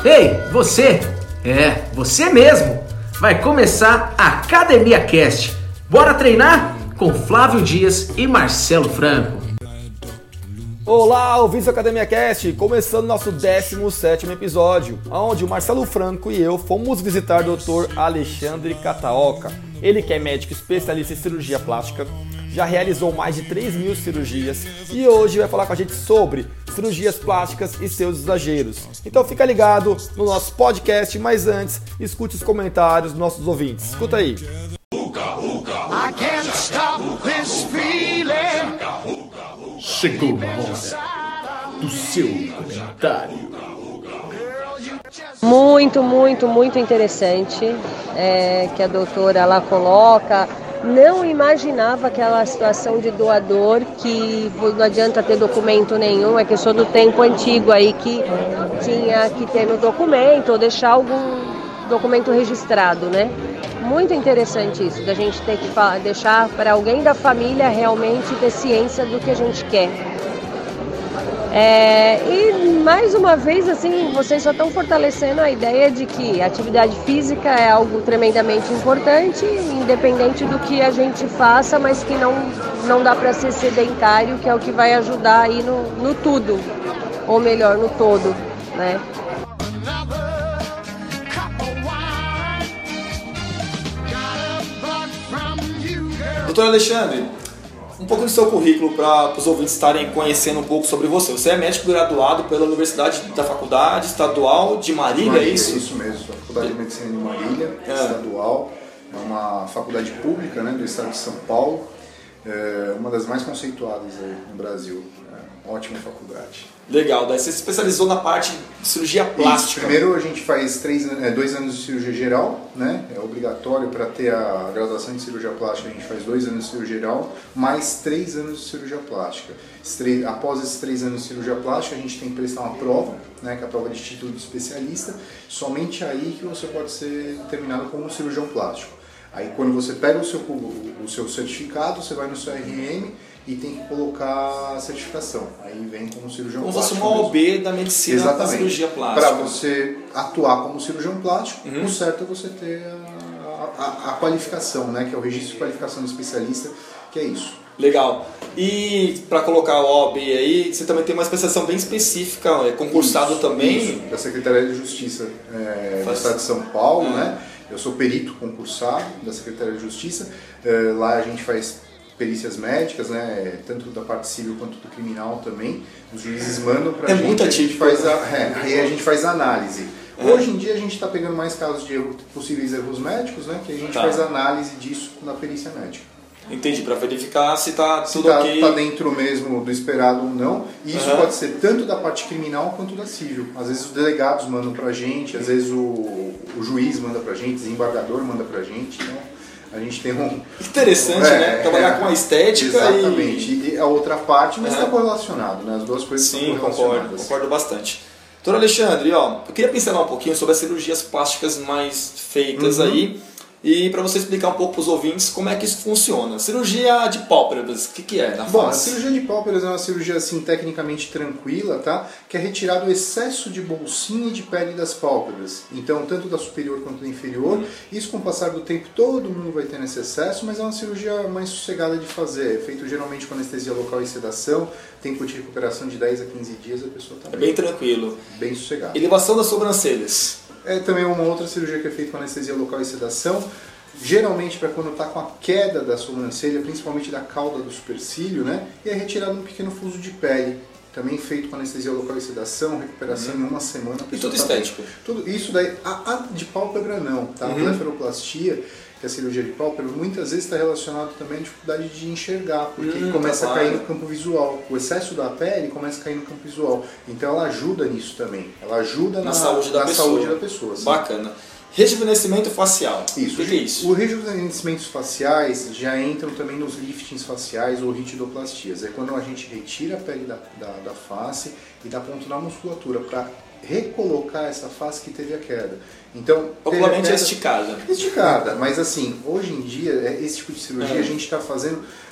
Ei, você! Você mesmo! Vai começar a Academia Cast. Bora treinar? Com Flávio Dias e Marcelo Franco. Olá, ouvintes da Academia Cast, começando nosso 17º episódio, onde o Marcelo Franco e eu fomos visitar o Dr. Alexandre Kataoka. Ele que é médico especialista em cirurgia plástica, já realizou mais de 3.000 cirurgias e hoje vai falar com a gente sobre cirurgias plásticas e seus exageros. Então fica ligado no nosso podcast, mas antes, escute os comentários dos nossos ouvintes. Escuta aí. I can't stop this feeling. Chegou a hora do seu comentário. Muito interessante que a doutora ela coloca. Não imaginava aquela situação de doador que não adianta ter documento nenhum, é questão do tempo antigo aí que tinha que ter no documento ou deixar algum documento registrado, né? Muito interessante isso, da gente ter que deixar para alguém da família realmente ter ciência do que a gente quer. E mais uma vez, assim, vocês só estão fortalecendo a ideia de que a atividade física é algo tremendamente importante, independente do que a gente faça, mas que não dá para ser sedentário, que é o que vai ajudar aí no tudo, ou melhor, no todo, né? Doutor Alexandre, um pouco do seu currículo para os ouvintes estarem conhecendo um pouco sobre você. Você é médico graduado pela Universidade da Faculdade Estadual de Marília, é isso? Isso mesmo, a Faculdade de Medicina de Marília, estadual. É uma faculdade pública, né, do estado de São Paulo, uma das mais conceituadas aí no Brasil. Ótima faculdade. Legal, daí você se especializou na parte de cirurgia plástica. Isso, primeiro a gente faz 2 anos de cirurgia geral, né? É obrigatório para ter a graduação de cirurgia plástica, a gente faz 2 anos de cirurgia geral, mais 3 anos de cirurgia plástica. Após esses 3 anos de cirurgia plástica, a gente tem que prestar uma prova, né? Que é a prova de título de especialista, somente aí que você pode ser terminado como cirurgião plástico. Aí quando você pega o seu certificado, você vai no seu RM e tem que colocar a certificação. Aí vem como cirurgião plástico. Como fosse uma OB da medicina da cirurgia plástica. Para você atuar como cirurgião plástico, o certo é você ter a qualificação, né? Que é o registro de qualificação de especialista, que é isso. Legal. E para colocar o OB aí, você também tem uma especialização bem específica, concursado também? Isso, da Secretaria de Justiça do Estado de São Paulo, né? Eu sou perito concursado da Secretaria de Justiça. Lá a gente faz perícias médicas, né? Tanto da parte civil quanto do criminal também. Os juízes mandam pra gente. Muito ativo. Aí a gente faz a análise. Hoje em dia a gente está pegando mais casos de possíveis erros médicos, né? Que a gente faz a análise disso na perícia médica. Entendi, para verificar se está tudo ok. Se está dentro mesmo do esperado ou não. E isso pode ser tanto da parte criminal quanto da civil. Às vezes os delegados mandam pra gente, às vezes o juiz manda pra gente, o desembargador manda pra gente. Então a gente tem um... Interessante, né? Trabalhar com a estética. Exatamente. E a outra parte, mas está correlacionado, né? As duas coisas estão correlacionadas. Concordo bastante. Doutor Alexandre, eu queria pincelar um pouquinho sobre as cirurgias plásticas mais feitas aí. E para você explicar um pouco para os ouvintes como é que isso funciona. Cirurgia de pálpebras, o que é na face? Bom, a cirurgia de pálpebras é uma cirurgia assim, tecnicamente tranquila, tá? Que é retirado o excesso de bolsinha e de pele das pálpebras. Então, tanto da superior quanto da inferior. Isso, com o passar do tempo, todo mundo vai tendo esse excesso, mas é uma cirurgia mais sossegada de fazer. É feito geralmente com anestesia local e sedação. Tempo de recuperação de 10 a 15 dias, a pessoa está bem tranquilo. Bem sossegada. Elevação das sobrancelhas. É também uma outra cirurgia que é feita com anestesia local e sedação, geralmente para quando está com a queda da sobrancelha, principalmente da cauda do supercílio, né? E é retirado um pequeno fuso de pele, também feito com anestesia local e sedação, recuperação em 1 semana. E tudo estético? Tudo isso daí, a de pálpebra não, tá? A blefaroplastia, que é a cirurgia de pálpebra, muitas vezes está relacionado também à dificuldade de enxergar, porque começa a cair no campo visual. O excesso da pele começa a cair no campo visual. Então ela ajuda nisso também. Ela ajuda na saúde da pessoa. Sim. Bacana. Rejuvenescimento facial. Isso. O que é isso? Os rejuvenescimentos faciais já entram também nos liftings faciais ou ritidoplastias. É quando a gente retira a pele da face e dá ponto na musculatura para recolocar essa face que teve a queda. Então, popularmente é esticada. Esticada, mas assim, hoje em dia, esse tipo de cirurgia a gente está fazendo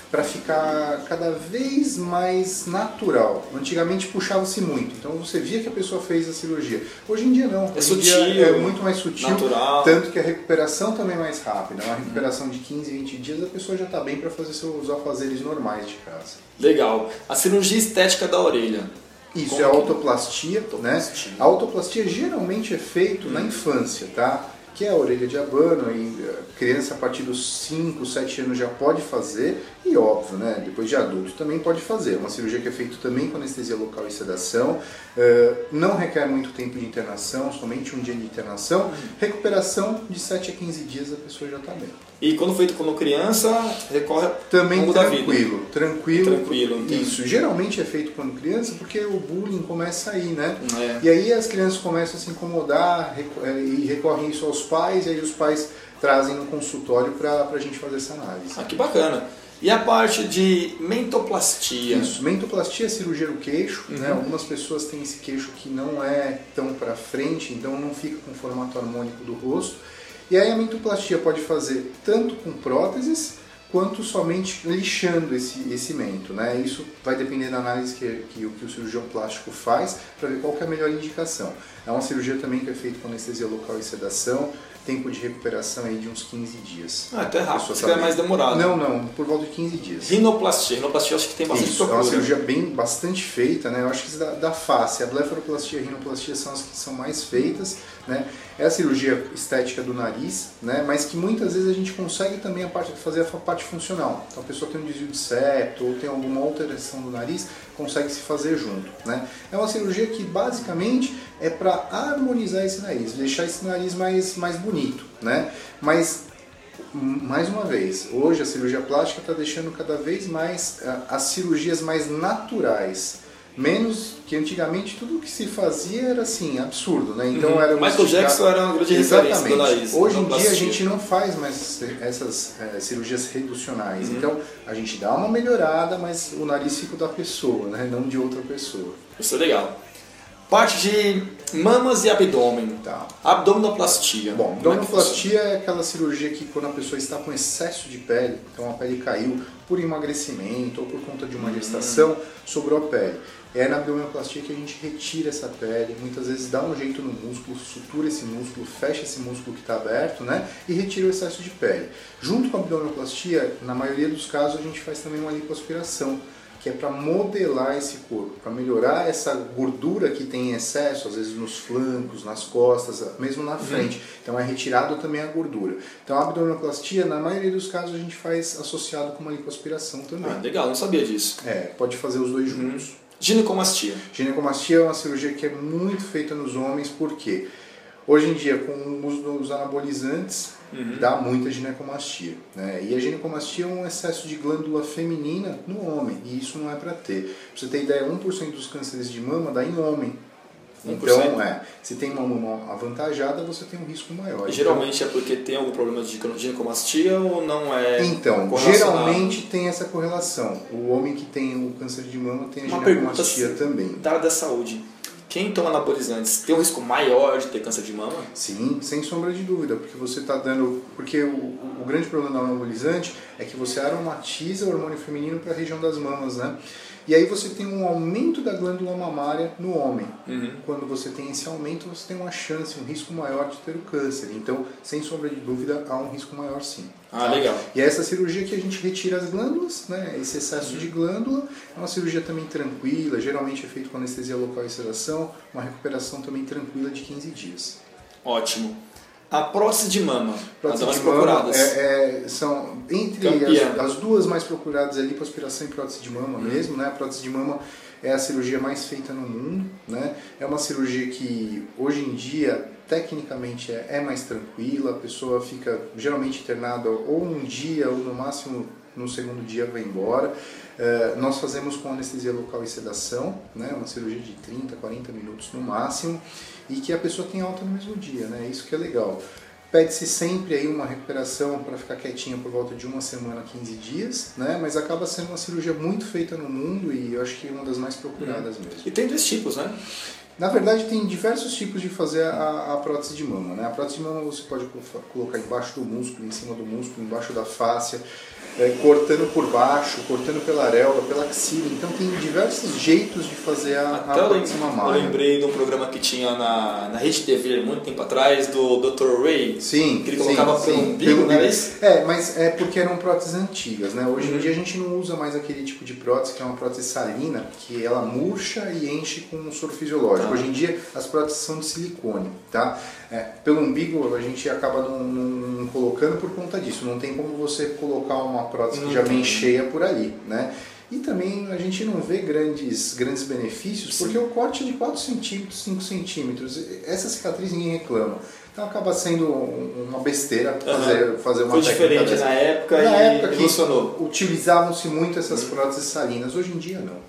para ficar cada vez mais natural. Antigamente puxava-se muito, então você via que a pessoa fez a cirurgia. Hoje em dia não, hoje em dia é muito mais sutil, natural. Tanto que a recuperação também é mais rápida. Uma recuperação de 15, 20 dias a pessoa já está bem para fazer seus afazeres normais de casa. Legal. A cirurgia estética da orelha. Isso Como é a que autoplastia, né? A autoplastia geralmente é feito na infância, tá? Que é a orelha de abano, e a criança a partir dos 5, 7 anos já pode fazer, e óbvio, né, depois de adulto também pode fazer. É uma cirurgia que é feita também com anestesia local e sedação, não requer muito tempo de internação, somente um dia de internação, recuperação de 7 a 15 dias a pessoa já está bem. E quando feito como criança, recorre também ao longo da vida. Tranquilo. Isso, geralmente é feito quando criança porque o bullying começa aí, né? E aí as crianças começam a se incomodar e recorrem isso aos pais, e aí os pais trazem no consultório para a gente fazer essa análise. Ah, que bacana. E a parte de mentoplastia? Isso, mentoplastia é cirurgia do queixo, né? Algumas pessoas têm esse queixo que não é tão para frente, então não fica com o formato harmônico do rosto. E aí a mentoplastia pode fazer tanto com próteses, quanto somente lixando esse mento, né? Isso vai depender da análise que o cirurgião plástico faz para ver qual que é a melhor indicação. É uma cirurgia também que é feita com anestesia local e sedação, tempo de recuperação aí de uns 15 dias. Ah, até rápido, isso é mais demorado. Não, por volta de 15 dias. Rinoplastia eu acho que tem bastante procura. É uma cirurgia bastante feita, né? Eu acho que da face, a blefaroplastia e a rinoplastia são as que são mais feitas, né? É a cirurgia estética do nariz, né? Mas que muitas vezes a gente consegue também fazer a parte funcional. Então a pessoa tem um desvio de septo ou tem alguma alteração do nariz, consegue se fazer junto, né? É uma cirurgia que basicamente é para harmonizar esse nariz, deixar esse nariz mais bonito, né? Mas mais uma vez, hoje a cirurgia plástica está deixando cada vez mais as cirurgias mais naturais. Menos que antigamente tudo que se fazia era assim, absurdo, né? Então era Michael Jackson era uma grande referência do nariz. Hoje em dia a gente não faz mais essas cirurgias reducionais. Então a gente dá uma melhorada, mas o nariz fica da pessoa, né? Não de outra pessoa. Isso é legal. Parte de mamas e abdômen. Tá. Abdominoplastia. Bom, abdominoplastia é aquela cirurgia que quando a pessoa está com excesso de pele, então a pele caiu por emagrecimento ou por conta de uma gestação, sobrou a pele. É na abdominoplastia que a gente retira essa pele, muitas vezes dá um jeito no músculo, sutura esse músculo, fecha esse músculo que está aberto, né? E retira o excesso de pele. Junto com a abdominoplastia, na maioria dos casos, a gente faz também uma lipoaspiração, que é para modelar esse corpo, para melhorar essa gordura que tem em excesso, às vezes nos flancos, nas costas, mesmo na frente. Então é retirado também a gordura. Então a abdominoplastia, na maioria dos casos, a gente faz associado com uma lipoaspiração também. Ah, legal, não sabia disso. Pode fazer os dois juntos. Ginecomastia. Ginecomastia é uma cirurgia que é muito feita nos homens, porque hoje em dia, com o uso dos anabolizantes, dá muita ginecomastia, né? E a ginecomastia é um excesso de glândula feminina no homem, e isso não é para ter. Pra você ter ideia, 1% dos cânceres de mama dá em homem. 1%. Então, se tem uma mama avantajada, você tem um risco maior. E geralmente é porque tem algum problema de ginecomastia ou não é? Então, geralmente tem essa correlação. O homem que tem o câncer de mama tem a ginecomastia também. Da área da saúde. Quem toma anabolizantes tem um risco maior de ter câncer de mama? Sim, sem sombra de dúvida, porque você está dando... Porque o grande problema do anabolizante é que você aromatiza o hormônio feminino para a região das mamas, né? E aí você tem um aumento da glândula mamária no homem. Quando você tem esse aumento, você tem uma chance, um risco maior de ter o câncer. Então, sem sombra de dúvida, há um risco maior sim. Ah, legal. E é essa cirurgia que a gente retira as glândulas, né? Esse excesso de glândula é uma cirurgia também tranquila, geralmente é feito com anestesia local e sedação, uma recuperação também tranquila de 15 dias. Ótimo. A prótese de mama, prótese as mais de mama procuradas. São entre as duas mais procuradas é lipoaspiração e prótese de mama mesmo, né? A prótese de mama é a cirurgia mais feita no mundo, né? É uma cirurgia que hoje em dia tecnicamente é mais tranquila, a pessoa fica geralmente internada ou um dia ou no máximo no segundo dia vai embora. Nós fazemos com anestesia local e sedação, né? Uma cirurgia de 30, 40 minutos no máximo, e que a pessoa tem alta no mesmo dia, né? Isso que é legal. Pede-se sempre aí uma recuperação para ficar quietinha por volta de 1 semana, 15 dias, né? Mas acaba sendo uma cirurgia muito feita no mundo e eu acho que é uma das mais procuradas mesmo. E tem 2 tipos, né? Na verdade, tem diversos tipos de fazer a prótese de mama, né? A prótese de mama você pode colocar embaixo do músculo, em cima do músculo, embaixo da fáscia. cortando por baixo, cortando pela areola, pela axila. Então tem diversos jeitos de fazer a prótese mamária. Eu lembrei de um programa que tinha na Rede TV muito tempo atrás, do Dr. Ray. Sim, que ele colocava pelo umbigo, não é isso? Mas é porque eram próteses antigas, né? Hoje em dia a gente não usa mais aquele tipo de prótese que é uma prótese salina, que ela murcha e enche com um soro fisiológico. Hoje em dia as próteses são de silicone, tá? Pelo umbigo a gente acaba não colocando por conta disso. Não tem como você colocar uma prótese que já vem cheia por ali, né? E também a gente não vê grandes benefícios, porque o corte é de 4 centímetros, 5 centímetros. Essa cicatriz ninguém reclama. Então acaba sendo uma besteira fazer uma técnica. Foi diferente na época e funcionou. Utilizavam-se muito essas próteses salinas, hoje em dia não.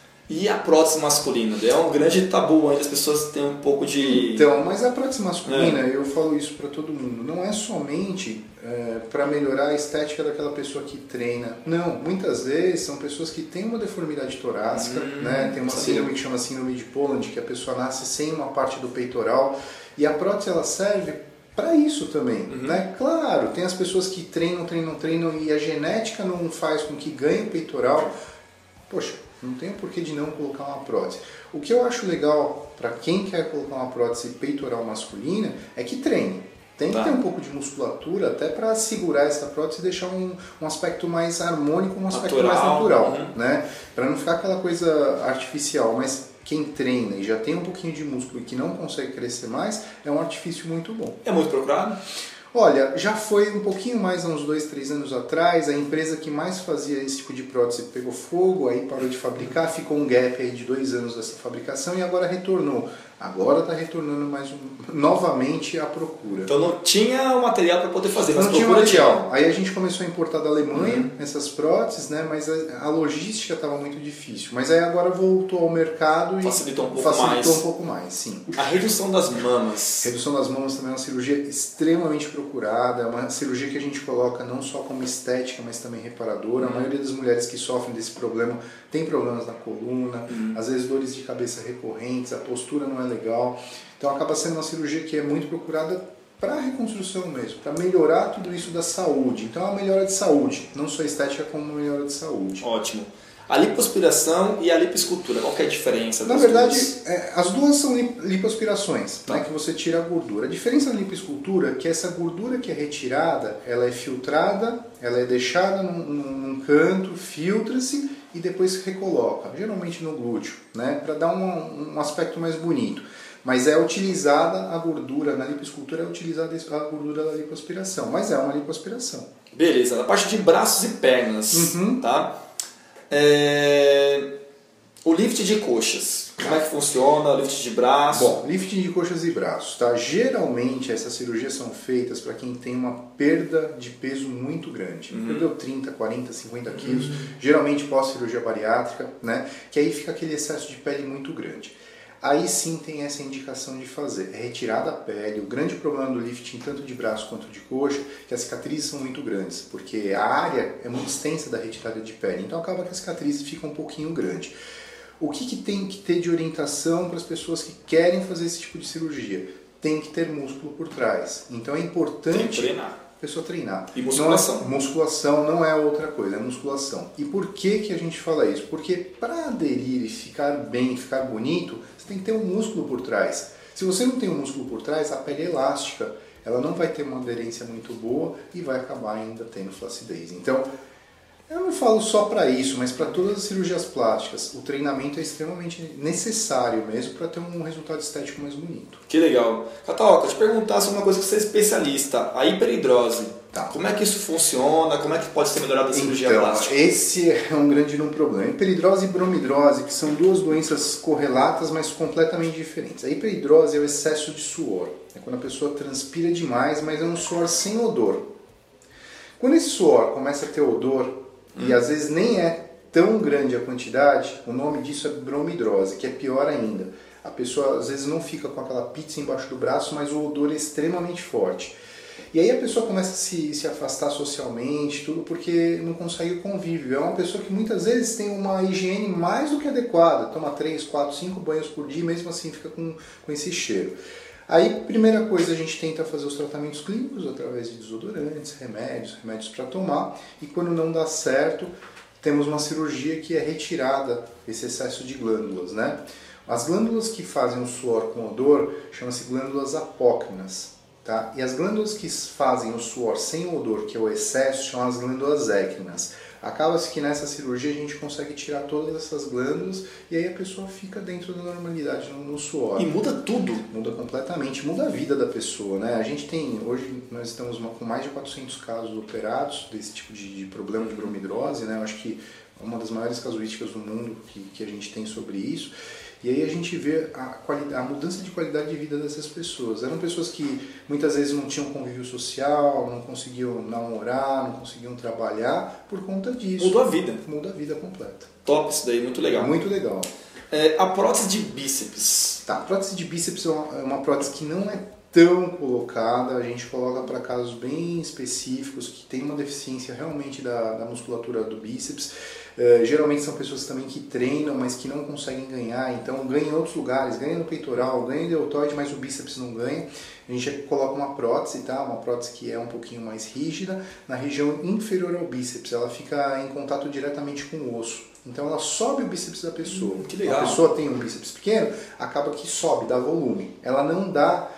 E a prótese masculina? É um grande tabu ainda, as pessoas têm um pouco de... Então, mas a prótese masculina, eu falo isso para todo mundo, não é somente para melhorar a estética daquela pessoa que treina. Não, muitas vezes são pessoas que têm uma deformidade torácica, né? Tem uma síndrome que chama síndrome de Poland, que a pessoa nasce sem uma parte do peitoral, e a prótese ela serve para isso também, né? Claro, tem as pessoas que treinam e a genética não faz com que ganhe o peitoral. Poxa, não tem porquê de não colocar uma prótese. O que eu acho legal para quem quer colocar uma prótese peitoral masculina é que treine. Tem que ter um pouco de musculatura até para segurar essa prótese e deixar um aspecto mais harmônico, um aspecto mais natural, né? Para não ficar aquela coisa artificial. Mas quem treina e já tem um pouquinho de músculo e que não consegue crescer mais, é um artifício muito bom. É muito procurado? Olha, já foi um pouquinho mais há uns 2, 3 anos atrás, a empresa que mais fazia esse tipo de prótese pegou fogo, aí parou de fabricar, ficou um gap aí de 2 anos dessa fabricação e agora retornou. Agora está retornando novamente à procura. Então não tinha o material para poder fazer, mas não tinha material. Aí a gente começou a importar da Alemanha essas próteses, né? Mas a logística estava muito difícil. Mas aí agora voltou ao mercado e facilitou um pouco mais, sim. A redução das mamas. Redução das mamas também é uma cirurgia extremamente procurada, é uma cirurgia que a gente coloca não só como estética, mas também reparadora. A maioria das mulheres que sofrem desse problema tem problemas na coluna, às vezes dores de cabeça recorrentes, a postura não é legal. Então acaba sendo uma cirurgia que é muito procurada para a reconstrução mesmo, para melhorar tudo isso da saúde. Então é uma melhora de saúde, não só estética como uma melhora de saúde. Ótimo. A lipoaspiração e a lipoescultura, qual que é a diferença? Na verdade, as duas são lipoaspirações, né, que você tira a gordura. A diferença da lipoescultura é que essa gordura que é retirada, ela é filtrada, ela é deixada num canto, filtra-se e depois recoloca, geralmente no glúteo, né, para dar um aspecto mais bonito. Mas é utilizada a gordura, na lipoescultura é utilizada a gordura da lipoaspiração, mas é uma lipoaspiração. Beleza, na parte de braços e pernas, tá? O lift de coxas, como é que funciona? O lift de braço? Bom, lift de coxas e braços, tá? Geralmente essas cirurgias são feitas para quem tem uma perda de peso muito grande. Perdeu 30, 40, 50 quilos, geralmente pós-cirurgia bariátrica, né? Que aí fica aquele excesso de pele muito grande. Aí sim tem essa indicação de fazer. É retirar da pele. O grande problema do lifting, tanto de braço quanto de coxa, é que as cicatrizes são muito grandes, porque a área é muito extensa da retirada de pele. Então acaba que as cicatrizes ficam um pouquinho grande. O que tem que ter de orientação para as pessoas que querem fazer esse tipo de cirurgia? Tem que ter músculo por trás. Então é importante... Tem que treinar. A pessoa treinar. E musculação. Musculação não é outra coisa, é musculação. E por que a gente fala isso? Porque para aderir e ficar bem, ficar bonito, você tem que ter um músculo por trás. Se você não tem um músculo por trás, a pele é elástica, ela não vai ter uma aderência muito boa e vai acabar ainda tendo flacidez. Então, eu não falo só para isso, mas para todas as cirurgias plásticas, o treinamento é extremamente necessário mesmo para ter um resultado estético mais bonito. Que legal. Cataoca, te perguntar sobre uma coisa que você é especialista, a hiperidrose. Tá. Como é que isso funciona? Como é que pode ser melhorada a cirurgia plástica? Esse é um grande problema. Hiperidrose e bromidrose, que são duas doenças correlatas, mas completamente diferentes. A hiperidrose é o excesso de suor. É quando a pessoa transpira demais, mas é um suor sem odor. Quando esse suor começa a ter odor, e às vezes nem é tão grande a quantidade, o nome disso é bromidrose, que é pior ainda. A pessoa às vezes não fica com aquela pizza embaixo do braço, mas o odor é extremamente forte. E aí a pessoa começa a se afastar socialmente, tudo porque não consegue o convívio. É uma pessoa que muitas vezes tem uma higiene mais do que adequada, toma 3, 4, 5 banhos por dia e mesmo assim fica com esse cheiro. Aí, primeira coisa, a gente tenta fazer os tratamentos clínicos através de desodorantes, remédios para tomar, e quando não dá certo, temos uma cirurgia que é retirada esse excesso de glândulas, né? As glândulas que fazem o suor com odor chamam-se glândulas apócrinas, tá? E as glândulas que fazem o suor sem odor, que é o excesso, chamam as glândulas écrinas. Acaba-se que nessa cirurgia a gente consegue tirar todas essas glândulas e aí a pessoa fica dentro da normalidade no suor. E muda tudo. Muda completamente, muda a vida da pessoa, né? A gente tem, hoje nós estamos com mais de 400 casos operados desse tipo de problema de bromidrose, né? Eu acho que é uma das maiores casuísticas do mundo que a gente tem sobre isso. E aí a gente vê a mudança de qualidade de vida dessas pessoas. Eram pessoas que muitas vezes não tinham convívio social, não conseguiam namorar, não conseguiam trabalhar por conta disso. Mudou a vida. Muda a vida completa. Top isso daí, muito legal. Muito legal. A prótese de bíceps. Tá, a prótese de bíceps é uma prótese que não é tão colocada, a gente coloca para casos bem específicos que tem uma deficiência realmente da musculatura do bíceps. Geralmente são pessoas também que treinam, mas que não conseguem ganhar, então ganha em outros lugares, ganha no peitoral, ganha em deltoide, mas o bíceps não ganha. A gente coloca uma prótese, tá? Uma prótese que é um pouquinho mais rígida, na região inferior ao bíceps, ela fica em contato diretamente com o osso. Então ela sobe o bíceps da pessoa. Que legal. A pessoa tem um bíceps pequeno, acaba que sobe, dá volume. Ela não dá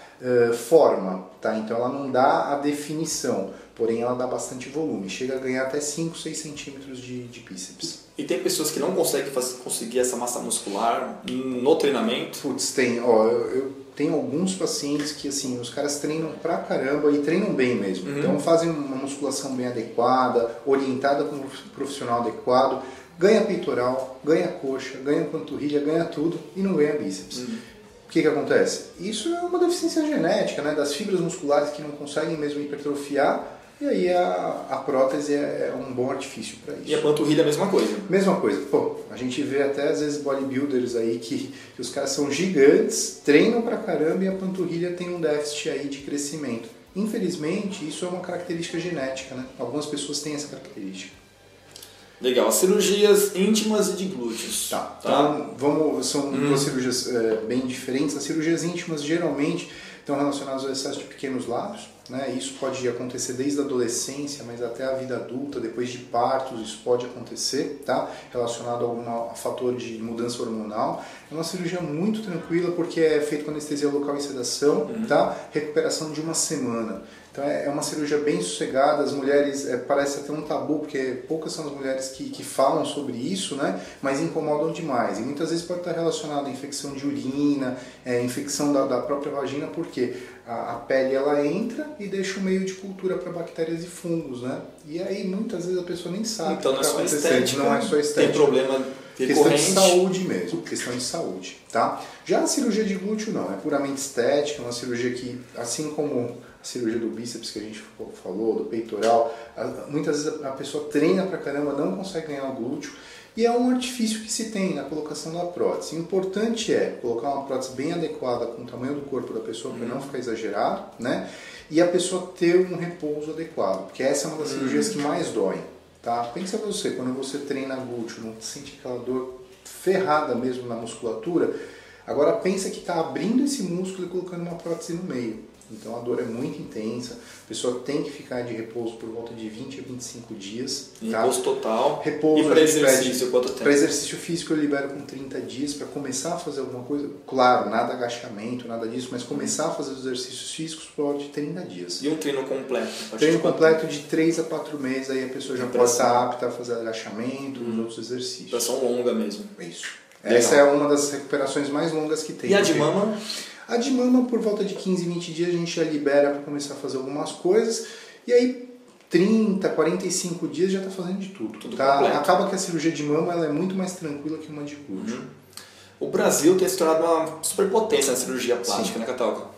forma, tá? Então ela não dá a definição, porém ela dá bastante volume, chega a ganhar até 5, 6 centímetros de bíceps. E tem pessoas que não conseguem conseguir essa massa muscular no treinamento? Putz, tem, ó, eu tenho alguns pacientes que assim, os caras treinam pra caramba e treinam bem mesmo, então fazem uma musculação bem adequada, orientada com um profissional adequado, ganha peitoral, ganha coxa, ganha panturrilha, ganha tudo e não ganha bíceps. O que acontece? Isso é uma deficiência genética, né, das fibras musculares que não conseguem mesmo hipertrofiar, e aí a prótese é um bom artifício para isso. E a panturrilha é a mesma coisa? Mesma coisa. Pô, a gente vê até às vezes bodybuilders aí que os caras são gigantes, treinam pra caramba e a panturrilha tem um déficit aí de crescimento. Infelizmente, isso é uma característica genética, né? Algumas pessoas têm essa característica. Legal, as cirurgias íntimas e de glúteos. Tá. Então, são duas cirurgias bem diferentes. As cirurgias íntimas geralmente estão relacionadas ao excesso de pequenos lábios, né? Isso pode acontecer desde a adolescência, mas até a vida adulta, depois de partos, isso pode acontecer, tá? Relacionado a algum fator de mudança hormonal. É uma cirurgia muito tranquila porque é feita com anestesia local e sedação, tá? Recuperação de uma semana. Então é uma cirurgia bem sossegada, as mulheres, parece até um tabu, porque poucas são as mulheres que falam sobre isso, né? Mas incomodam demais. E muitas vezes pode estar relacionado a infecção de urina, infecção da própria vagina, porque a pele ela entra e deixa um meio de cultura para bactérias e fungos, né? E aí muitas vezes a pessoa nem sabe então, o que está acontecendo. Não é só estética. Tem problema questão de saúde mesmo, questão de saúde, tá? Já a cirurgia de glúteo não, é puramente estética, é uma cirurgia que, assim como a cirurgia do bíceps que a gente falou, do peitoral, muitas vezes a pessoa treina pra caramba, não consegue ganhar o glúteo, e é um artifício que se tem na colocação da prótese. O importante é colocar uma prótese bem adequada com o tamanho do corpo da pessoa para não ficar exagerado, né? E a pessoa ter um repouso adequado, porque essa é uma das cirurgias que mais dói. Tá? Pensa você, quando você treina glúteo, não sente aquela dor ferrada mesmo na musculatura, agora pensa que está abrindo esse músculo e colocando uma prótese no meio. Então a dor é muito intensa, a pessoa tem que ficar de repouso por volta de 20 a 25 dias. Tá? Repouso total. Repouso, e para exercício, quanto tempo? Para exercício físico eu libero com 30 dias para começar a fazer alguma coisa. Claro, nada agachamento, nada disso, mas começar a fazer os exercícios físicos pode 30 dias. E um treino completo? Treino completo de 3 a 4 meses, aí a pessoa já pode estar apta a fazer agachamento e outros exercícios. Pressão longa mesmo. Isso. Essa é uma das recuperações mais longas que tem. E a de mama? A de mama, por volta de 15, 20 dias, a gente já libera para começar a fazer algumas coisas. E aí, 30, 45 dias já está fazendo de tudo. Tá? Acaba que a cirurgia de mama ela é muito mais tranquila que uma de glúteo. O Brasil tem se tornado uma superpotência na cirurgia plástica, né, Catalca?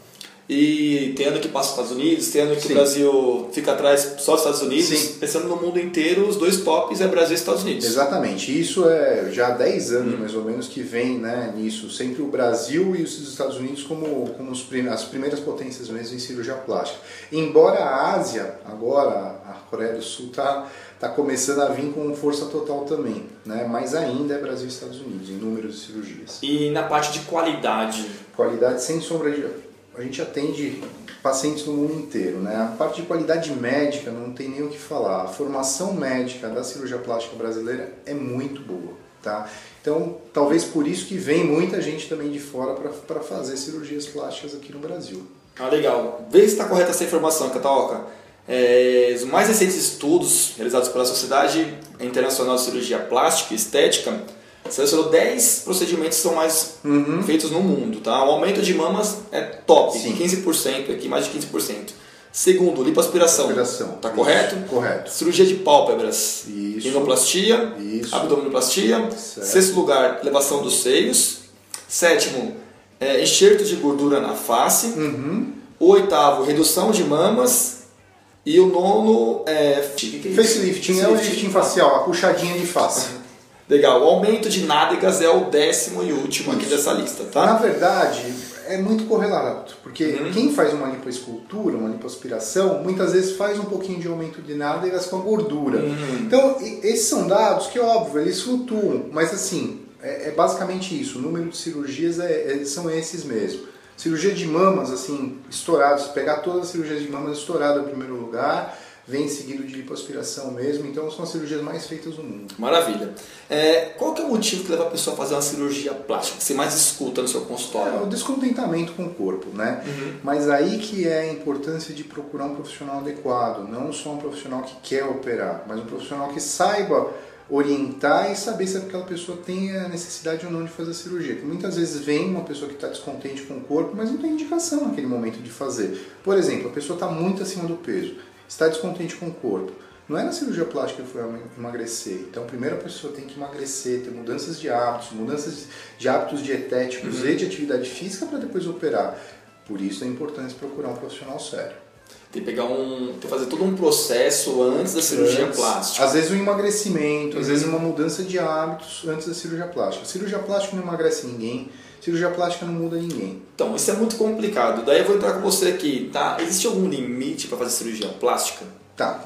E tem ano que passa os Estados Unidos, tem ano que o Brasil fica atrás só dos Estados Unidos. Pensando no mundo inteiro, os dois tops é Brasil e Estados Unidos. Exatamente, isso é já há 10 anos mais ou menos que vem, né, nisso. Sempre o Brasil e os Estados Unidos como as primeiras potências mesmo em cirurgia plástica. Embora a Ásia, agora a Coreia do Sul está começando a vir com força total também, né? Mas ainda é Brasil e Estados Unidos em números de cirurgias. E na parte de qualidade? Qualidade sem sombra de... a gente atende pacientes no mundo inteiro, né? A parte de qualidade médica não tem nem o que falar. A formação médica da cirurgia plástica brasileira é muito boa, tá? Então, talvez por isso que vem muita gente também de fora para fazer cirurgias plásticas aqui no Brasil. Ah, legal. Vê se está correta essa informação, Cataoca. Os mais recentes estudos realizados pela Sociedade Internacional de Cirurgia Plástica e Estética selecionou 10 procedimentos que são mais feitos no mundo, tá? O aumento de mamas é top, Sim. 15% aqui, mais de 15%. Segundo, lipoaspiração. Tá correto? Correto. Cirurgia de pálpebras. Isso. Rinoplastia. Isso. Abdominoplastia. Certo. Sexto lugar, elevação dos seios. Sétimo, enxerto de gordura na face. O oitavo, redução de mamas. E o nono Facelifting é o lifting facial, a puxadinha de face. Legal, o aumento de nádegas é o 10º e último aqui dessa lista, tá? Na verdade, é muito correlato, porque quem faz uma lipoescultura, uma lipoaspiração, muitas vezes faz um pouquinho de aumento de nádegas com a gordura. Então, esses são dados que, óbvio, eles flutuam, mas assim, é basicamente isso, o número de cirurgias são esses mesmo. Cirurgia de mamas, assim, estourados, pegar todas as cirurgias de mamas estourado em primeiro lugar, vem seguido de lipoaspiração mesmo, então são as cirurgias mais feitas no mundo. Maravilha. Qual que é o motivo que leva a pessoa a fazer uma cirurgia plástica, que você mais escuta no seu consultório? O descontentamento com o corpo, né? Mas aí que é a importância de procurar um profissional adequado, não só um profissional que quer operar, mas um profissional que saiba orientar e saber se aquela pessoa tem a necessidade ou não de fazer a cirurgia. Porque muitas vezes vem uma pessoa que está descontente com o corpo, mas não tem indicação naquele momento de fazer. Por exemplo, a pessoa está muito acima do peso, está descontente com o corpo. Não é na cirurgia plástica que foi emagrecer. Então, primeiro a pessoa tem que emagrecer, ter mudanças de hábitos dietéticos e de atividade física para depois operar. Por isso é importante procurar um profissional sério. Tem que fazer todo um processo antes da cirurgia plástica. Às vezes um emagrecimento, às vezes uma mudança de hábitos antes da cirurgia plástica. Cirurgia plástica não emagrece ninguém, cirurgia plástica não muda ninguém. Então, isso é muito complicado. Daí eu vou entrar com você aqui, tá? Existe algum limite para fazer cirurgia plástica? Tá,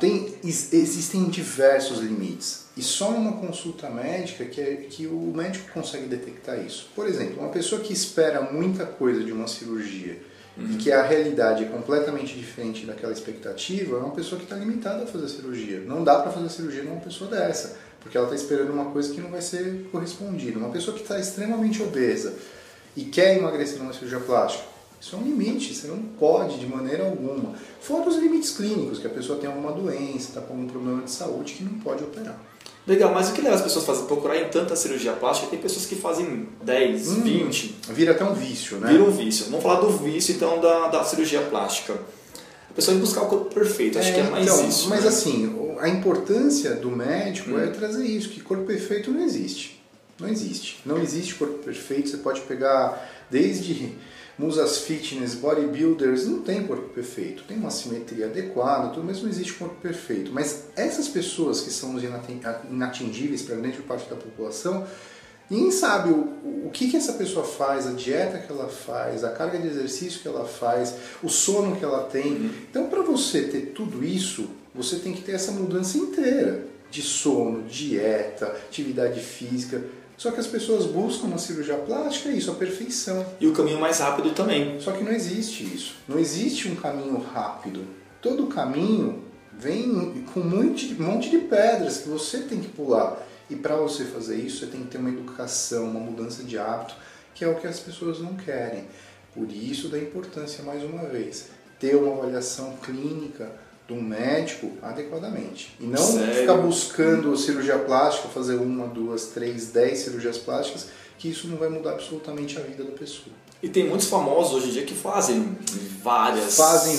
existem diversos limites. E só numa consulta médica que o médico consegue detectar isso. Por exemplo, uma pessoa que espera muita coisa de uma cirurgia e que a realidade é completamente diferente daquela expectativa, é uma pessoa que está limitada a fazer cirurgia. Não dá para fazer cirurgia numa pessoa dessa, porque ela está esperando uma coisa que não vai ser correspondida. Uma pessoa que está extremamente obesa e quer emagrecer numa cirurgia plástica, isso é um limite, você não pode de maneira alguma. Fora os limites clínicos, que a pessoa tem alguma doença, está com algum problema de saúde que não pode operar. Legal, mas o que leva as pessoas a procurar em tanta cirurgia plástica? Tem pessoas que fazem 10, 20... Vira até um vício, né? Vira um vício. Vamos falar do vício, então, da cirurgia plástica. A pessoa vai buscar o corpo perfeito, acho que é mais isso. Mas né? assim, a importância do médico é trazer isso, que corpo perfeito não existe. Não existe. Não existe corpo perfeito, você pode pegar desde musas fitness, bodybuilders, não tem corpo perfeito. Tem uma simetria adequada, tudo, mas não existe corpo perfeito. Mas essas pessoas que são os inatingíveis para grande parte da população, ninguém sabe o que essa pessoa faz, a dieta que ela faz, a carga de exercício que ela faz, o sono que ela tem. Então, para você ter tudo isso, você tem que ter essa mudança inteira de sono, dieta, atividade física. Só que as pessoas buscam na cirurgia plástica isso, a perfeição. E o caminho mais rápido também. Só que não existe isso. Não existe um caminho rápido. Todo caminho vem com um monte de pedras que você tem que pular. E para você fazer isso, você tem que ter uma educação, uma mudança de hábito, que é o que as pessoas não querem. Por isso da importância, mais uma vez, ter uma avaliação clínica de um médico adequadamente. E não ficar buscando cirurgia plástica, fazer 1, 2, 3, 10 cirurgias plásticas, que isso não vai mudar absolutamente a vida da pessoa. E tem muitos famosos hoje em dia que fazem várias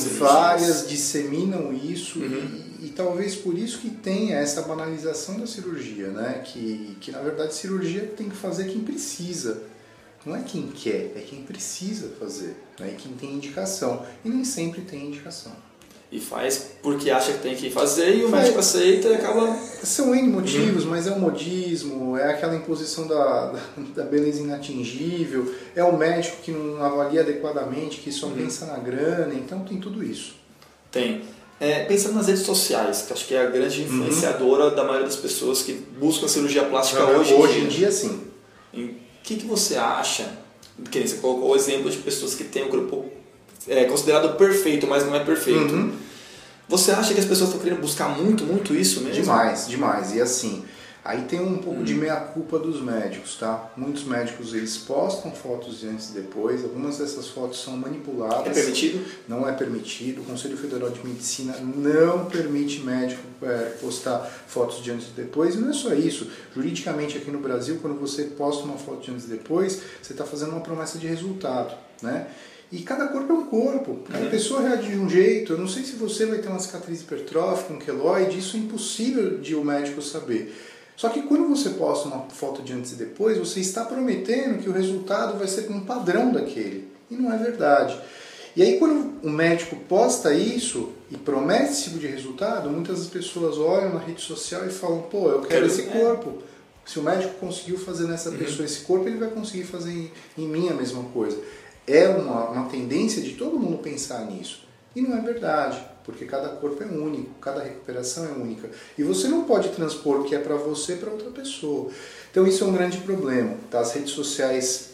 disseminam isso e talvez por isso que tenha essa banalização da cirurgia, né? Que na verdade cirurgia tem que fazer quem precisa. Não é quem quer, é quem precisa fazer, né? E quem tem indicação. E nem sempre tem indicação. E faz porque acha que tem que fazer e o médico aceita e acaba... São N motivos, mas é o modismo, é aquela imposição da beleza inatingível, é o médico que não avalia adequadamente, que só pensa na grana, então tem tudo isso. Tem. Pensando nas redes sociais, que acho que é a grande influenciadora da maioria das pessoas que buscam a cirurgia plástica hoje em dia, sim. O que você acha? Que você colocou o exemplo de pessoas que têm o corpo é considerado perfeito, mas não é perfeito. Você acha que as pessoas estão querendo buscar muito isso mesmo? Demais. E assim, aí tem um pouco de meia-culpa dos médicos, tá? Muitos médicos, eles postam fotos de antes e depois, algumas dessas fotos são manipuladas. É permitido? Não é permitido. O Conselho Federal de Medicina não permite médico postar fotos de antes e depois. E não é só isso. Juridicamente aqui no Brasil, quando você posta uma foto de antes e depois, você está fazendo uma promessa de resultado, né? E cada corpo é um corpo, cada pessoa reage de um jeito. Eu não sei se você vai ter uma cicatriz hipertrófica, um queloide, isso é impossível de o médico saber. Só que quando você posta uma foto de antes e depois, você está prometendo que o resultado vai ser um padrão daquele. E não é verdade. E aí quando o médico posta isso e promete esse tipo de resultado, muitas pessoas olham na rede social e falam, pô, eu quero esse corpo. Se o médico conseguiu fazer nessa pessoa esse corpo, ele vai conseguir fazer em mim a mesma coisa. É uma tendência de todo mundo pensar nisso. E não é verdade, porque cada corpo é único, cada recuperação é única. E você não pode transpor o que é para você para outra pessoa. Então isso é um grande problema. Tá? As redes sociais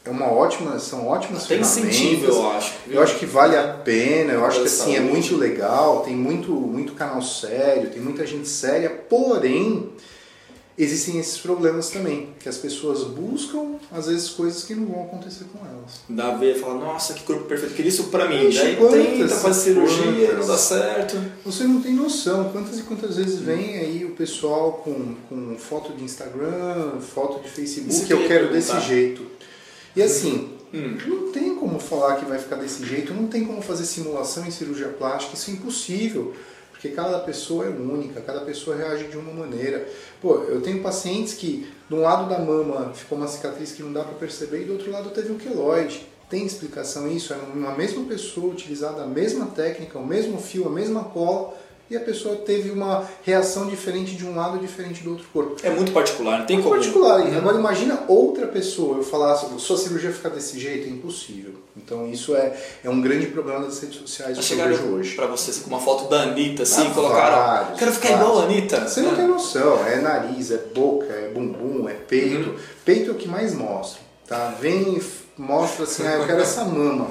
são ótimas ferramentas. Incentivo, eu acho. Eu acho que vale a pena, eu acho que assim, é muito legal, tem muito canal sério, tem muita gente séria, porém existem esses problemas também, que as pessoas buscam, às vezes, coisas que não vão acontecer com elas. Dá a ver, fala, nossa, que corpo perfeito, queria isso pra mim. Daí tenta fazer cirurgia, não dá certo. Você não tem noção, quantas e quantas vezes vem aí o pessoal com foto de Instagram, foto de Facebook, que eu quero desse jeito. E assim, não tem como falar que vai ficar desse jeito, não tem como fazer simulação em cirurgia plástica, isso é impossível. Porque cada pessoa é única, cada pessoa reage de uma maneira. Pô, eu tenho pacientes que de um lado da mama ficou uma cicatriz que não dá para perceber e do outro lado teve um queloide. Tem explicação isso? É uma mesma pessoa utilizada a mesma técnica, o mesmo fio, a mesma cola e a pessoa teve uma reação diferente de um lado e diferente do outro corpo. É muito particular, não tem como. Particular. Agora imagina outra pessoa, eu falar, sua cirurgia ficar desse jeito, é impossível. Então isso é um grande problema das redes sociais que eu vejo hoje. Pra você, assim, com uma foto da Anitta, assim, colocaram, quero ficar igual a Anitta. Você não tem noção, é nariz, é boca, é bumbum, é peito. Peito é o que mais mostra, tá? Vem e mostra assim, eu quero essa mama.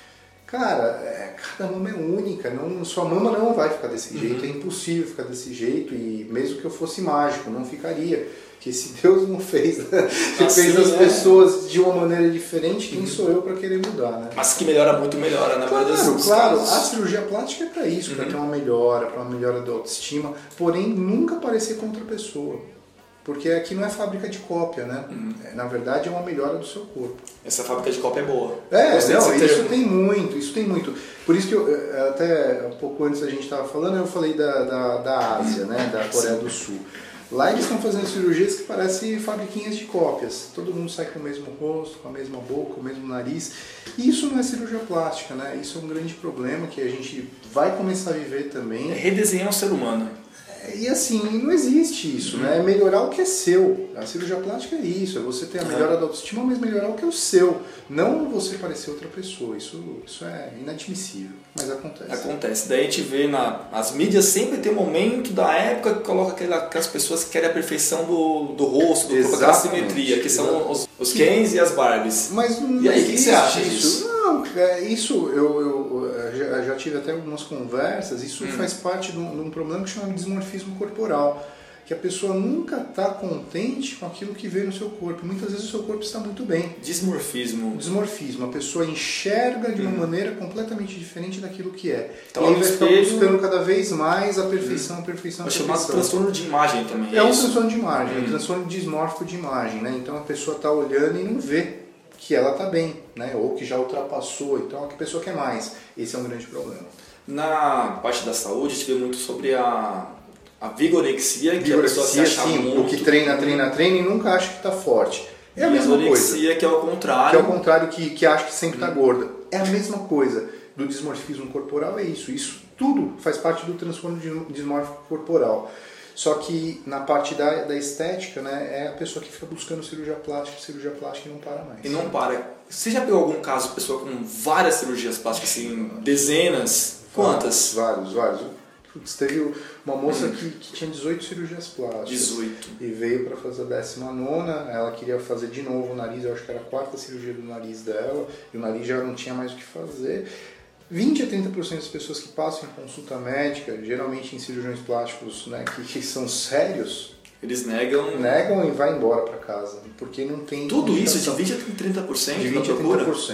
Cara, cada mama é única, sua mama não vai ficar desse jeito, é impossível ficar desse jeito e mesmo que eu fosse mágico, não ficaria. Porque se Deus não fez, fez as pessoas de uma maneira diferente, quem sou eu para querer mudar, né? Mas que melhora muito, melhora, na maioria dos casos. Claro, a cirurgia plástica é para isso, para ter uma melhora, para uma melhora da autoestima, porém nunca parecer com outra pessoa. Porque aqui não é fábrica de cópia, né? Na verdade é uma melhora do seu corpo. Essa fábrica de cópia é boa. Isso tem muito. Por isso que até um pouco antes a gente estava falando, eu falei da Ásia, né? Da Coreia do Sul. Lá eles estão fazendo cirurgias que parecem fabriquinhas de cópias. Todo mundo sai com o mesmo rosto, com a mesma boca, com o mesmo nariz. E isso não é cirurgia plástica, né? Isso é um grande problema que a gente vai começar a viver também. É redesenhar o ser humano. E assim, não existe isso, né? É melhorar o que é seu. A cirurgia plástica é isso, é você ter a melhora da autoestima, mas melhorar o que é o seu. Não você parecer outra pessoa. Isso é inadmissível, mas acontece. Acontece. Daí a gente vê as mídias sempre tem um momento da época que coloca aquelas pessoas que querem a perfeição do rosto, do corpo, aquela simetria, que são os Kens e as Barbies. Mas não e aí, o que você acha disso? Não, isso eu já tive até algumas conversas, isso faz parte de um problema que chama de dismorfismo corporal, que a pessoa nunca está contente com aquilo que vê no seu corpo. Muitas vezes o seu corpo está muito bem. Dismorfismo, a pessoa enxerga de uma maneira completamente diferente daquilo que é. Então, e aí vai ficar buscando cada vez mais a perfeição, a perfeição, a perfeição. É chamado transtorno de imagem também. É um transtorno de imagem, é um transtorno dismórfico de imagem, né? Então a pessoa está olhando e não vê que ela está bem, né? Ou que já ultrapassou, então a pessoa quer mais. Esse é um grande problema. Na parte da saúde, a gente vê muito sobre a vigorexia, que a pessoa se acha muito. O que treina e nunca acha que está forte. É a mesma coisa. A vigorexia, que é o contrário. Que é o contrário, que acha que sempre está gorda. É a mesma coisa. Do dismorfismo corporal é isso. Isso tudo faz parte do transtorno dismórfico corporal. Só que na parte da estética, né, é a pessoa que fica buscando cirurgia plástica e não para mais. E não para. Você já pegou algum caso de pessoa com várias cirurgias plásticas, assim, dezenas? Quantas? Vários. Putz, teve uma moça que tinha 18 cirurgias plásticas. 18. E veio para fazer a 19ª, ela queria fazer de novo o nariz, eu acho que era a 4ª cirurgia do nariz dela, e o nariz já não tinha mais o que fazer. 20 a 30% das pessoas que passam em consulta médica, geralmente em cirurgiões plásticos, né, que são sérios, eles negam e vai embora para casa, porque não tem tudo indicação. isso de 20 a 30% De 20 a procura? 30%,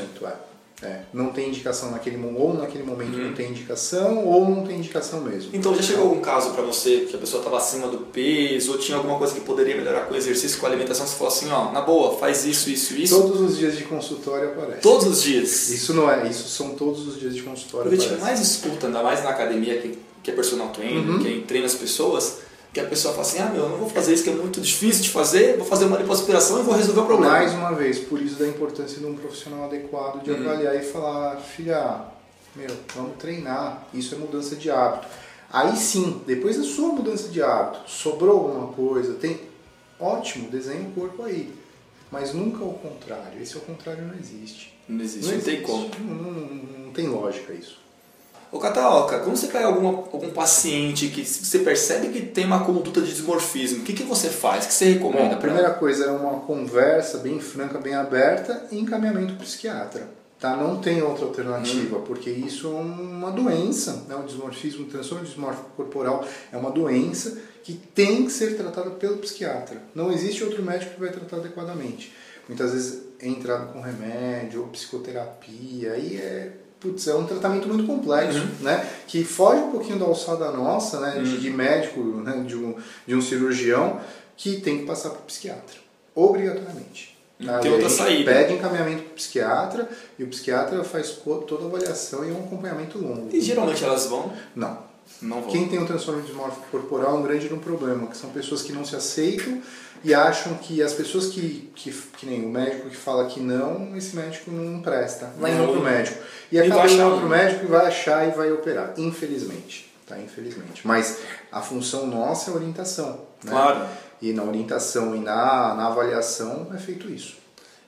não tem indicação naquele momento não tem indicação, ou não tem indicação mesmo. Então já chegou algum caso para você que a pessoa estava acima do peso, ou tinha alguma coisa que poderia melhorar com o exercício, com a alimentação, você falou assim, ó, na boa, faz isso. Todos os dias de consultório aparece. Todos os dias? Isso são todos os dias de consultório. O que a gente mais escuta, ainda mais na academia, que é personal trainer, que treina as pessoas, que a pessoa fala assim, eu não vou fazer isso que é muito difícil de fazer, vou fazer uma lipoaspiração e vou resolver o problema. Mais uma vez, por isso da importância de um profissional adequado de avaliar e falar, filha, vamos treinar, isso é mudança de hábito. Aí sim, depois da sua mudança de hábito, sobrou alguma coisa, ótimo, desenha o corpo aí. Mas nunca o contrário, esse ao contrário não existe. Não tem como. Não tem lógica isso. Ô Cataoca, quando você pega algum paciente que você percebe que tem uma conduta de dismorfismo, o que você faz? O que você recomenda? A primeira coisa é uma conversa bem franca, bem aberta e encaminhamento para o psiquiatra. Tá? Não tem outra alternativa, porque isso é uma doença, né? O dismorfismo, o transtorno dismórfico corporal é uma doença que tem que ser tratada pelo psiquiatra. Não existe outro médico que vai tratar adequadamente. Muitas vezes é entrado com remédio ou psicoterapia, aí é um tratamento muito complexo, né? Que foge um pouquinho da alçada nossa, né? De médico, né? de um cirurgião, que tem que passar para o psiquiatra, obrigatoriamente. Tem outra saída. Pede encaminhamento para o psiquiatra e o psiquiatra faz toda a avaliação e é um acompanhamento longo. E geralmente elas vão? Não vão. Quem tem um transtorno dismórfico corporal é um grande problema, que são pessoas que não se aceitam e acham que as pessoas que nem o médico que fala que não, esse médico não presta, vai em outro médico. E acaba indo em outro médico e vai achar e vai operar, infelizmente. Tá? Infelizmente. Mas a função nossa é a orientação. Né? Claro. E na orientação e na avaliação é feito isso.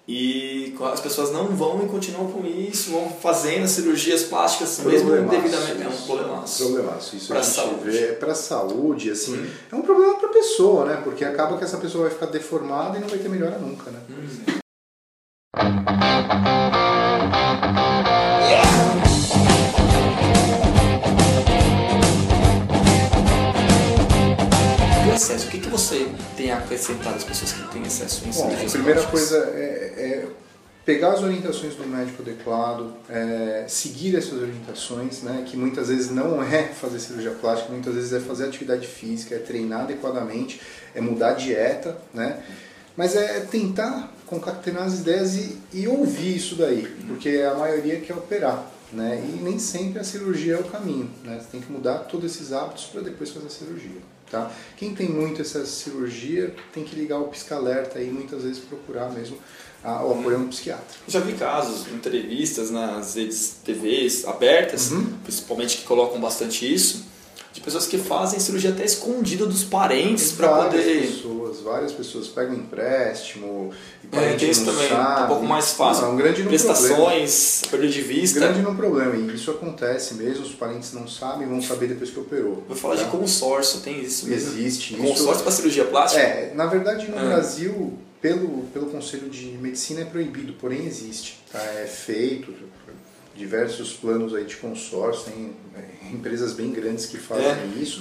E as pessoas não vão e continuam com isso, vão fazendo cirurgias plásticas mesmo devidamente. É um problemaço. Isso pra a gente saúde. vê para a saúde, assim, é um problema para a pessoa, né? Porque acaba que essa pessoa vai ficar deformada e não vai ter melhora nunca, né? Excesso. O que você tem a acrescentar às pessoas que têm excesso em cirurgias? A primeira coisa é pegar as orientações do médico adequado, seguir essas orientações, né, que muitas vezes não é fazer cirurgia plástica, muitas vezes é fazer atividade física, é treinar adequadamente, é mudar a dieta, né, mas é tentar concatenar as ideias e ouvir isso daí, porque a maioria quer operar. Né, e nem sempre a cirurgia é o caminho, né? Você tem que mudar todos esses hábitos para depois fazer a cirurgia. Tá? Quem tem muito essa cirurgia tem que ligar o pisca-alerta e muitas vezes procurar mesmo o apoio do psiquiatra. Já vi casos, entrevistas nas redes TVs abertas, principalmente que colocam bastante isso, de pessoas que fazem cirurgia até escondida dos parentes para poder... Várias pessoas pegam empréstimo e tem isso também, sabe. É um pouco mais fácil. Não, é um grande prestações, perda de vista. Grande não problema, e isso acontece mesmo, os parentes não sabem, vão saber depois que operou. Vou falar de consórcio, tem isso mesmo? Existe isso. Consórcio para cirurgia plástica? Na verdade no Brasil, pelo Conselho de Medicina é proibido, porém existe. Tá? É feito, diversos planos aí de consórcio, tem empresas bem grandes que fazem isso,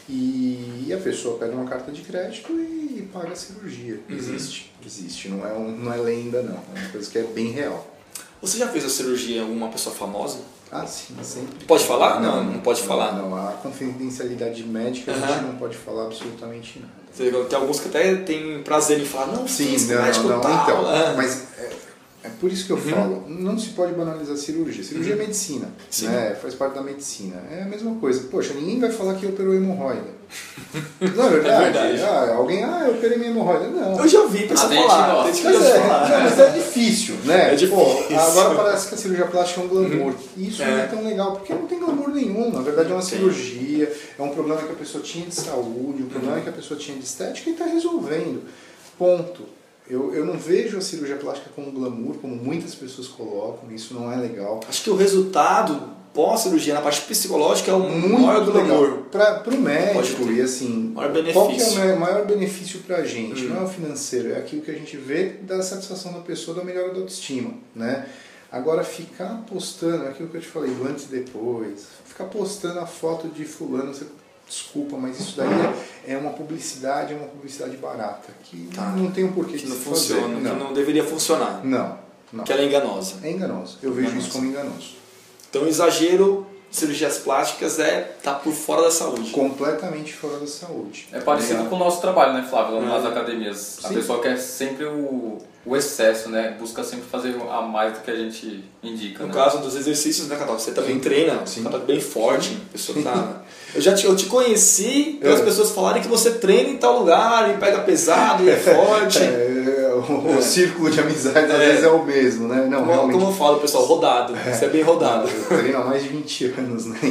e a pessoa pega uma carta de crédito e paga a cirurgia. Existe, não é lenda não, é uma coisa que é bem real. Você já fez a cirurgia em alguma pessoa famosa? Ah, sim, sempre. Pode falar? Não pode falar? Não, a confidencialidade médica a gente não pode falar absolutamente nada. Tem alguns que até tem prazer em falar, não, sim, médico tal. Então, mas é por isso que eu falo, não se pode banalizar a cirurgia. Cirurgia é medicina, né? Faz parte da medicina. É a mesma coisa. Poxa, ninguém vai falar que operou hemorroida. Não é verdade? É verdade. Alguém, eu operei minha hemorroida. Não. Eu já vi pessoal falar. Mas é difícil, né? É difícil. Agora parece que a cirurgia plástica é um glamour. E isso não é tão legal, porque não tem glamour nenhum. Na verdade é uma cirurgia, é um problema que a pessoa tinha de saúde, um problema que a pessoa tinha de estética e está resolvendo. Ponto. Eu não vejo a cirurgia plástica como glamour, como muitas pessoas colocam, isso não é legal. Acho que o resultado pós-cirurgia, na parte psicológica, é o maior do glamour. Para o médico, e assim, qual que é o maior benefício para a gente? Não é o financeiro, é aquilo que a gente vê da satisfação da pessoa, da melhora da autoestima. Né? Agora, ficar postando, aquilo que eu te falei, do antes e depois, ficar postando a foto de fulano, desculpa, mas isso daí é uma publicidade barata, que não tem um porquê que não fazer. Funciona, que não deveria funcionar. Não. Que ela é enganosa. É enganoso. Eu vejo isso como enganoso. Então, o exagero de cirurgias plásticas tá por fora da saúde. Completamente fora da saúde. É parecido com o nosso trabalho, né, Flávio? Nas academias. Sim. A pessoa quer sempre o excesso, né? Busca sempre fazer a mais do que a gente indica. No né? caso dos exercícios, né, Cataldo? Você também treina, você tá bem forte. A pessoa tá... Eu te conheci pelas pessoas falarem que você treina em tal lugar e pega pesado e é forte. O círculo de amizades às vezes é o mesmo, né? Não, como eu falo, pessoal, rodado. Você é bem rodado. Eu treino há mais de 20 anos, né?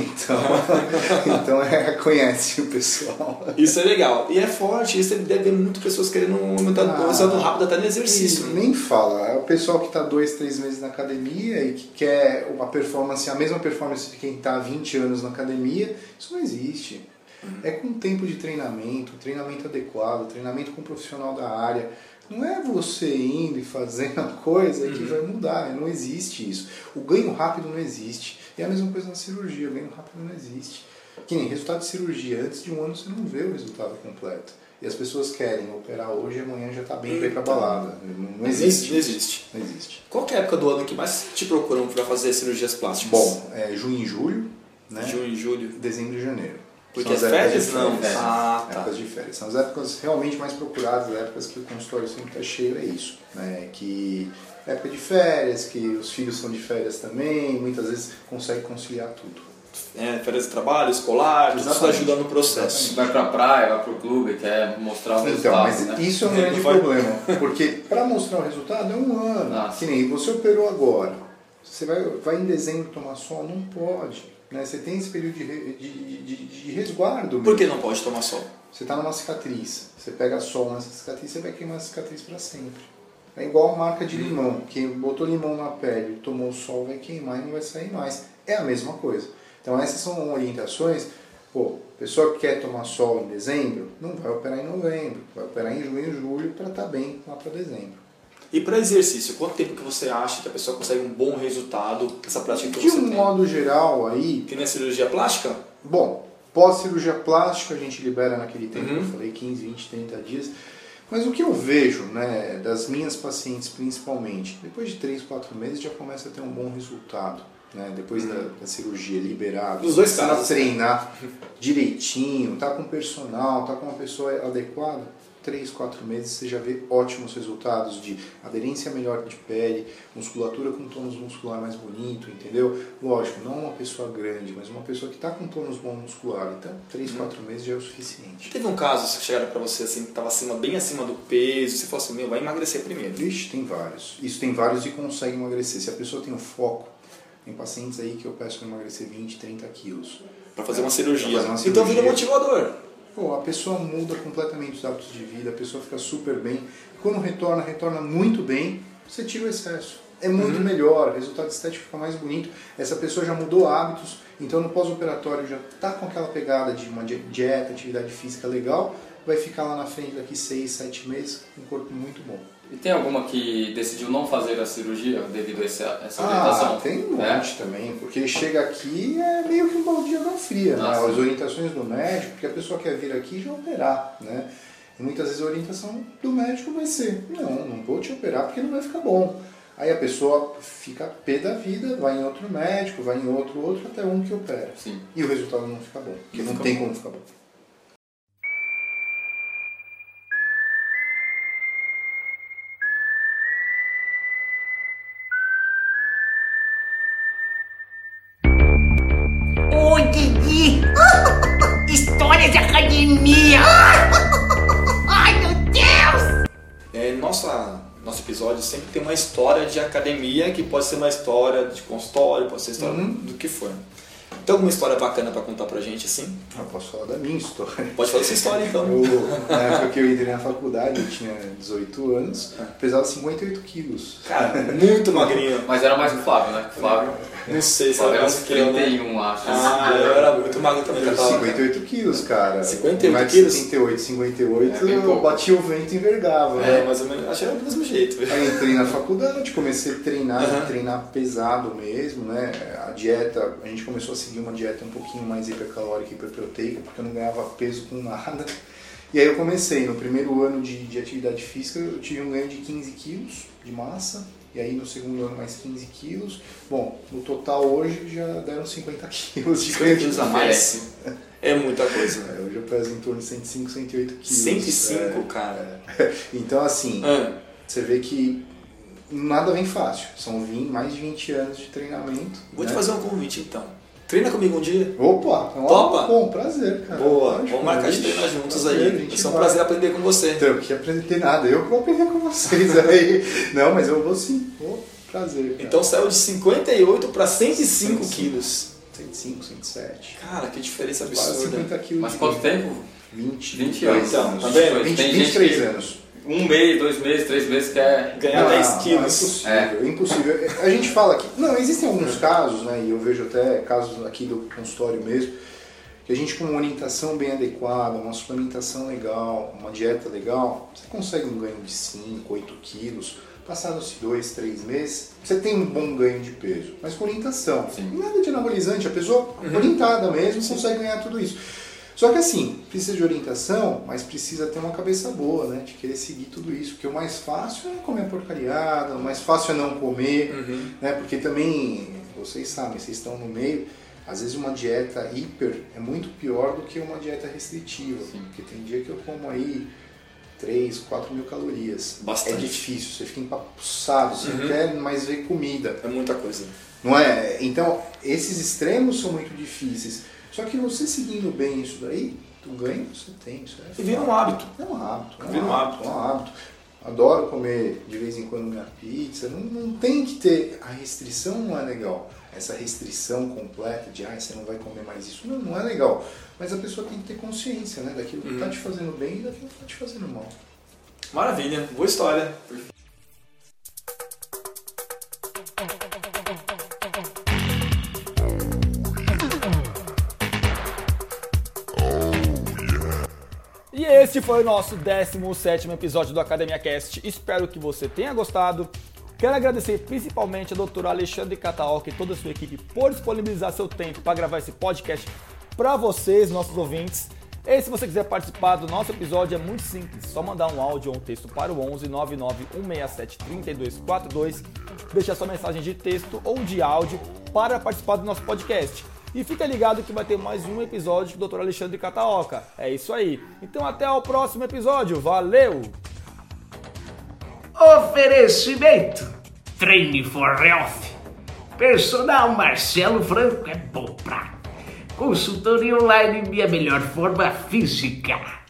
Então conhece o pessoal. Isso é legal. E é forte, isso deve ver muito pessoas querendo aumentando rápido até no exercício. Nem fala. É o pessoal que está 2, 3 meses na academia e que quer uma performance, a mesma performance de quem está há 20 anos na academia. Isso não existe. É com tempo de treinamento adequado, treinamento com um profissional da área. Não é você indo e fazendo a coisa que vai mudar, não existe isso. O ganho rápido não existe. E é a mesma coisa na cirurgia, o ganho rápido não existe. Que nem resultado de cirurgia, antes de um ano você não vê o resultado completo. E as pessoas querem operar hoje e amanhã já está bem para ir para balada. Não existe. Não existe. Qual que é a época do ano que mais te procuram para fazer cirurgias plásticas? Bom, junho e julho, né? Junho e julho. Dezembro e janeiro. Porque as férias não. Épocas de férias. São as épocas realmente mais procuradas, as épocas que o consultório sempre está cheio, é isso. Né? Que época de férias, que os filhos são de férias também, muitas vezes consegue conciliar tudo. Férias de trabalho, escolar, tudo isso ajuda no processo. Vai pra praia, vai pro clube, quer mostrar o resultado. Mas né? Isso é um grande problema, porque para mostrar o resultado é um ano. Que nem você operou agora, você vai em dezembro tomar sol? Não pode. Né? Você tem esse período de resguardo. Por que não pode tomar sol? Você está numa cicatriz, você pega sol nessa cicatriz, você vai queimar a cicatriz para sempre. É igual a marca de limão. Quem botou limão na pele, tomou sol, vai queimar e não vai sair mais. É a mesma coisa. Então essas são orientações. A pessoa que quer tomar sol em dezembro, não vai operar em novembro, vai operar em junho e julho para estar bem lá para dezembro. E para exercício, quanto tempo que você acha que a pessoa consegue um bom resultado nessa prática que você tem? De um modo geral aí... Que nem a cirurgia plástica? Bom, pós-cirurgia plástica a gente libera naquele tempo que eu falei, 15, 20, 30 dias. Mas o que eu vejo, né, das minhas pacientes principalmente, depois de 3, 4 meses já começa a ter um bom resultado. Né, depois da cirurgia liberado, nos dois casos, treinar direitinho, tá com personal, tá com uma pessoa adequada, 3, 4 meses você já vê ótimos resultados de aderência melhor de pele, musculatura com tônus muscular mais bonito, entendeu? Lógico, não uma pessoa grande, mas uma pessoa que está com tônus bom muscular, então 3, 4 meses já é o suficiente. Teve um caso que chegaram para você assim, que estava bem acima do peso, você falou assim, vai emagrecer primeiro. Vixe, tem vários. Isso tem vários e consegue emagrecer. Se a pessoa tem um foco, tem pacientes aí que eu peço para emagrecer 20, 30 quilos. Para fazer uma cirurgia. Então vira motivador. A pessoa muda completamente os hábitos de vida, a pessoa fica super bem. Quando retorna muito bem, você tira o excesso. É muito melhor, o resultado estético fica mais bonito. Essa pessoa já mudou hábitos, então no pós-operatório já está com aquela pegada de uma dieta, atividade física legal, vai ficar lá na frente daqui 6, 7 meses com um corpo muito bom. E tem alguma que decidiu não fazer a cirurgia devido a essa orientação? Tem um monte também, porque chega aqui é meio que um balde de água fria, né? As orientações do médico, porque a pessoa quer vir aqui e já operar, né? E muitas vezes a orientação do médico vai ser, não vou te operar porque não vai ficar bom. Aí a pessoa fica pé da vida, vai em outro médico, vai em outro, até um que opera. Sim. E o resultado não fica bom, porque não tem como ficar bom. História de academia! Ai, meu Deus! Nosso episódio sempre tem uma história de academia, que pode ser uma história de consultório, pode ser história do que for. Tem alguma história bacana pra contar pra gente, assim? Eu posso falar da minha história. Pode falar da sua história, então. Na época que eu entrei na faculdade, eu tinha 18 anos, pesava 58 quilos. Cara, muito magrinho. Mas era mais o Flávio, né? Flávio. Não sei se Flávio era era uns 31, acho. eu era muito magro também. 58 quilos, cara. 58 quilos? 58, eu bati o vento e envergava. Mais ou menos. Acho que era do mesmo jeito. Aí entrei na faculdade, comecei a treinar pesado mesmo, né? A dieta, a gente começou a seguir uma dieta um pouquinho mais hipercalórica e hiperproteica, porque eu não ganhava peso com nada. E aí eu comecei, no primeiro ano de atividade física, eu tive um ganho de 15 quilos de massa, e aí no segundo ano mais 15 quilos. Bom, no total hoje já deram 50 quilos de ganho de a mais. É muita coisa. Hoje eu peso em torno de 105, 108 quilos. 105, cara. Então assim, você vê que nada vem fácil. São mais de 20 anos de treinamento. Vou te fazer um convite então. Treina comigo um dia? Opa! Topa? Bom, prazer, cara. Boa, vamos marcar de treinar juntos aí. Vai ser um prazer aprender com você. Então, que aprender nada, eu que vou aprender com vocês aí. Não, mas eu vou sim. Prazer, cara. Então saiu de 58 para 105 quilos. 105, 107. Cara, que diferença Quase absurda. 50 quilos. Mas quanto tempo? 20 anos. Então, tá vendo? 23 anos. 1 mês, 2 meses, 3 meses quer ganhar 10 quilos. É impossível. A gente fala que... Não, existem alguns casos, né? E eu vejo até casos aqui do consultório mesmo, que a gente com uma orientação bem adequada, uma suplementação legal, uma dieta legal, você consegue um ganho de 5, 8 quilos. Passados 2, 3 meses, você tem um bom ganho de peso. Mas com orientação. Sim. Nada de anabolizante, a pessoa orientada mesmo consegue ganhar tudo isso. Só que assim, precisa de orientação, mas precisa ter uma cabeça boa, né? De querer seguir tudo isso. Porque o mais fácil é comer porcariada, o mais fácil é não comer, né? Porque também, vocês sabem, vocês estão no meio, às vezes uma dieta hiper é muito pior do que uma dieta restritiva. Porque tem dia que eu como aí 3, 4 mil calorias. Bastante. É difícil, você fica empapuçado, você não quer mais ver comida. É muita coisa. Não é? Então, esses extremos são muito difíceis. Só que você seguindo bem isso daí, o ganho você tem. Isso e vira um hábito. É um hábito. Vira um hábito. É um hábito. Adoro comer de vez em quando minha pizza. Não tem que ter... A restrição não é legal. Essa restrição completa de você não vai comer mais isso. Não é legal. Mas a pessoa tem que ter consciência, né? Daquilo que está te fazendo bem e daquilo que está te fazendo mal. Maravilha. Boa história. E este foi o nosso 17º episódio do Academia Cast. Espero que você tenha gostado. Quero agradecer principalmente a doutora Alexandre Cataoca e toda a sua equipe por disponibilizar seu tempo para gravar esse podcast para vocês, nossos ouvintes. E se você quiser participar do nosso episódio, é muito simples. Só mandar um áudio ou um texto para o 11 99 167 3242. Deixar sua mensagem de texto ou de áudio para participar do nosso podcast. E fica ligado que vai ter mais um episódio com o Dr. Alexandre Cataoca. É isso aí. Então até o próximo episódio. Valeu! Oferecimento: Train for Health. Personal Marcelo Franco é bom pra consultoria online, minha melhor forma física.